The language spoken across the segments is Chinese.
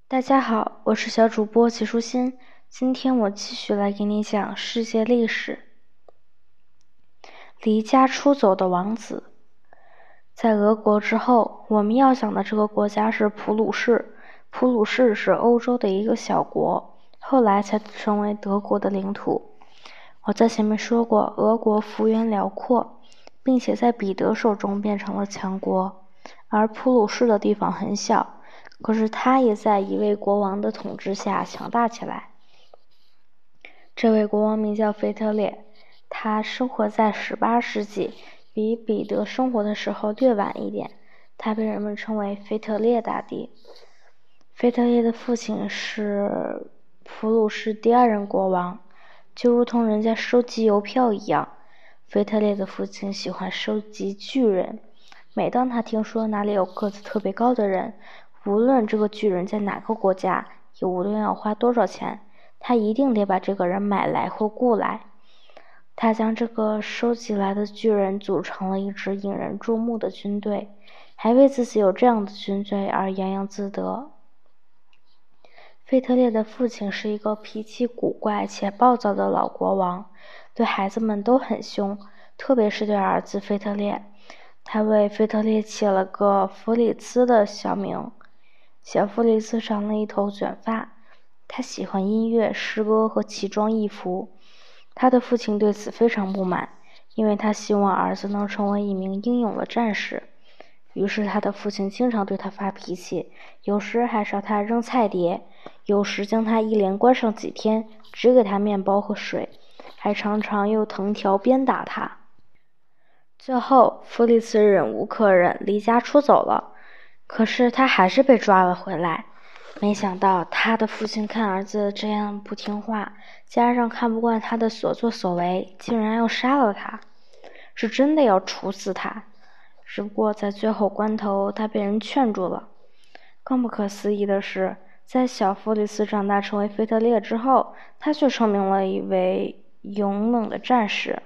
大家好，我是小主播齐舒心，今天我继续来给你讲世界历史。离家出走的王子。在俄国之后，我们要讲的这个国家是普鲁士。普鲁士是欧洲的一个小国，后来才成为德国的领土。我在前面说过，俄国幅员辽阔，并且在彼得手中变成了强国，而普鲁士的地方很小，可是他也在一位国王的统治下强大起来。这位国王名叫腓特烈，他生活在18世纪，比彼得生活的时候略晚一点。他被人们称为腓特烈大帝。腓特烈的父亲是普鲁士第2任国王，就如同人家收集邮票一样，腓特烈的父亲喜欢收集巨人。每当他听说哪里有个子特别高的人，无论这个巨人在哪个国家，也无论要花多少钱，他一定得把这个人买来或雇来。他将这个收集来的巨人组成了一支引人注目的军队，还为自己有这样的军队而洋洋自得。腓特烈的父亲是一个脾气古怪且暴躁的老国王，对孩子们都很凶，特别是对儿子腓特烈。他为腓特烈起了个弗里茨的小名。小弗里茨长了一头卷发，他喜欢音乐、诗歌和奇装异服。他的父亲对此非常不满，因为他希望儿子能成为一名英勇的战士。于是他的父亲经常对他发脾气，有时还朝他扔菜碟，有时将他一连关上几天，只给他面包和水，还常常用藤条鞭打他。最后弗里茨忍无可忍，离家出走了。可是他还是被抓了回来。没想到他的父亲看儿子这样不听话，加上看不惯他的所作所为，竟然要杀了他，是真的要处死他。只不过在最后关头，他被人劝住了。更不可思议的是，在小弗里斯长大成为腓特烈之后，他却成名了一位勇猛的战士。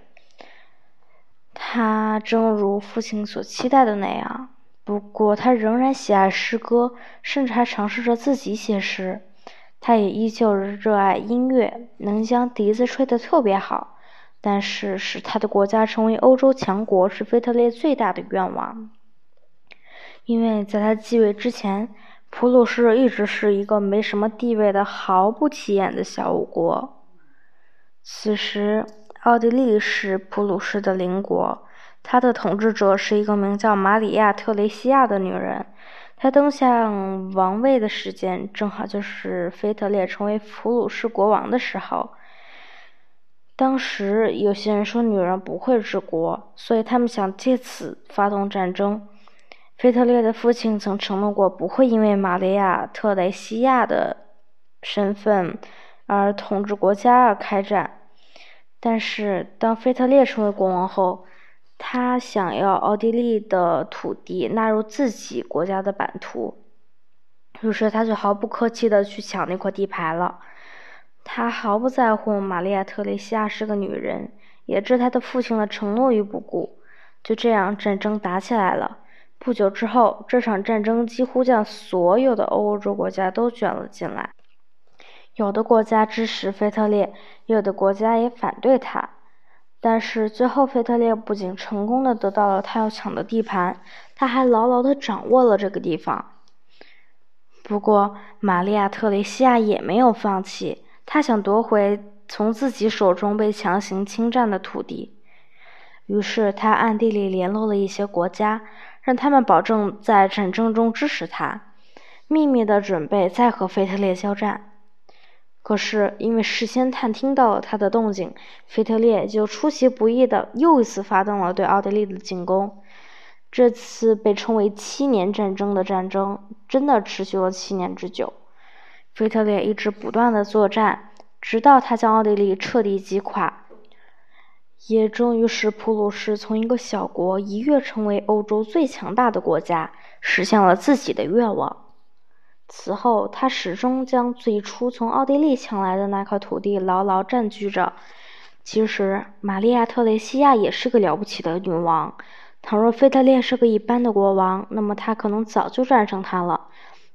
他正如父亲所期待的那样，不过他仍然喜爱诗歌，甚至还尝试着自己写诗。他也依旧热爱音乐，能将笛子吹得特别好。但是使他的国家成为欧洲强国是腓特烈最大的愿望。因为在他继位之前，普鲁士一直是一个没什么地位的毫不起眼的小国国。此时奥地利是普鲁士的邻国，他的统治者是一个名叫玛里亚·特雷西亚的女人。她登上王位的时间正好就是腓特烈成为普鲁士国王的时候。当时有些人说女人不会治国，所以他们想借此发动战争。腓特烈的父亲曾承诺过不会因为玛利亚·特雷西亚的身份而统治国家而开战。但是当腓特烈成为国王后，他想要奥地利的土地纳入自己国家的版图，于是他就毫不客气地去抢那块地盘了。他毫不在乎玛利亚·特蕾西亚是个女人，也置他的父亲的承诺于不顾。就这样，战争打起来了。不久之后，这场战争几乎将所有的欧洲国家都卷了进来。有的国家支持腓特烈，有的国家也反对他。但是最后腓特烈不仅成功地得到了他要抢的地盘，他还牢牢地掌握了这个地方。不过玛利亚·特蕾西亚也没有放弃，她想夺回从自己手中被强行侵占的土地。于是她暗地里联络了一些国家，让他们保证在战争中支持他，秘密地准备再和腓特烈交战。可是因为事先探听到了他的动静，腓特烈就出其不意地又一次发动了对奥地利的进攻。这次被称为7年战争的战争真的持续了7年之久。腓特烈一直不断地作战，直到他将奥地利彻底击垮，也终于使普鲁士从一个小国一跃成为欧洲最强大的国家，实现了自己的愿望。此后他始终将最初从奥地利抢来的那块土地牢牢占据着。其实玛利亚·特蕾西亚也是个了不起的女王，倘若腓特烈是个一般的国王，那么他可能早就战胜他了。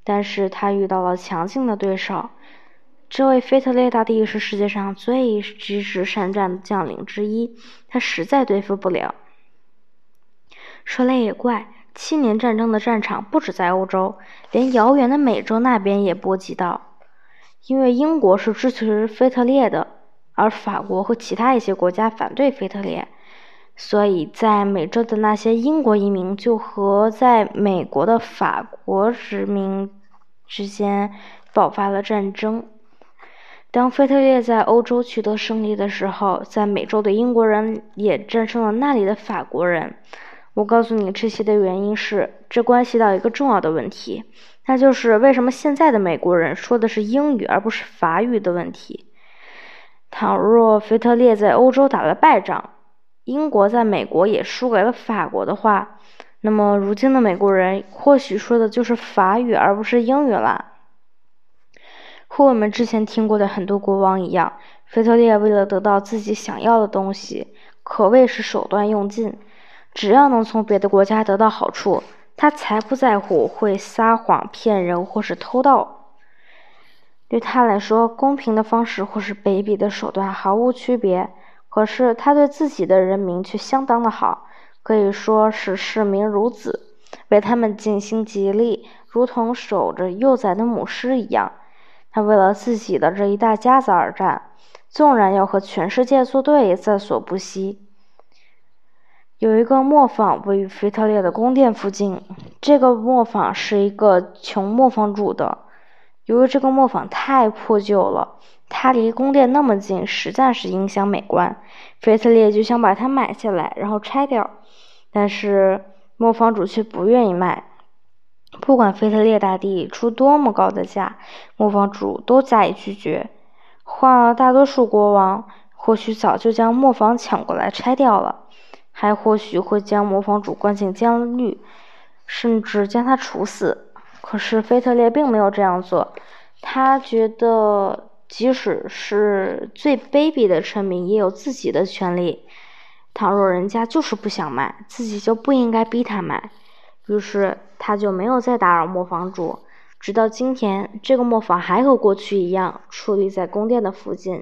但是他遇到了强劲的对手。这位腓特烈大帝是世界上最机智善战的将领之一，他实在对付不了。说来也怪，7年战争的战场不止在欧洲，连遥远的美洲那边也波及到。因为英国是支持腓特烈的，而法国和其他一些国家反对腓特烈，所以在美洲的那些英国移民就和在美国的法国殖民之间爆发了战争。当腓特烈在欧洲取得胜利的时候，在美洲的英国人也战胜了那里的法国人。我告诉你这些的原因是，这关系到一个重要的问题，那就是为什么现在的美国人说的是英语而不是法语的问题。倘若腓特烈在欧洲打了败仗，英国在美国也输给了法国的话，那么如今的美国人或许说的就是法语而不是英语啦。和我们之前听过的很多国王一样，腓特烈为了得到自己想要的东西，可谓是手段用尽。只要能从别的国家得到好处，他才不在乎会撒谎骗人或是偷盗。对他来说，公平的方式或是卑鄙的手段毫无区别，可是他对自己的人民却相当的好，可以说是视民如子，为他们尽心竭力，如同守着幼崽的母狮一样。他为了自己的这一大家子而战，纵然要和全世界作对也在所不惜。有一个磨坊位于腓特烈的宫殿附近，这个磨坊是一个穷磨坊主的。由于这个磨坊太破旧了，它离宫殿那么近，实在是影响美观。腓特烈就想把它买下来，然后拆掉，但是磨坊主却不愿意卖。不管腓特烈大帝出多么高的价，磨坊主都加以拒绝。换了大多数国王，或许早就将磨坊抢过来拆掉了，还或许会将磨坊主关进监狱，甚至将他处死。可是腓特烈并没有这样做，他觉得即使是最卑鄙的臣民也有自己的权利，倘若人家就是不想卖，自己就不应该逼他卖。于是他就没有再打扰磨坊主，直到今天，这个磨坊还和过去一样矗立在宫殿的附近。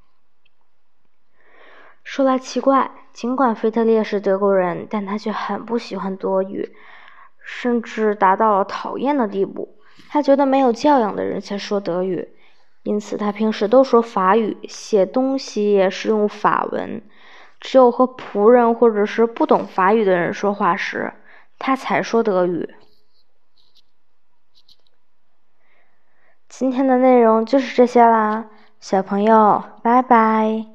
说来奇怪，尽管腓特烈是德国人，但他却很不喜欢德语，甚至达到了讨厌的地步。他觉得没有教养的人才说德语，因此他平时都说法语，写东西也是用法文。只有和仆人或者是不懂法语的人说话时，他才说德语。今天的内容就是这些啦，小朋友，拜拜。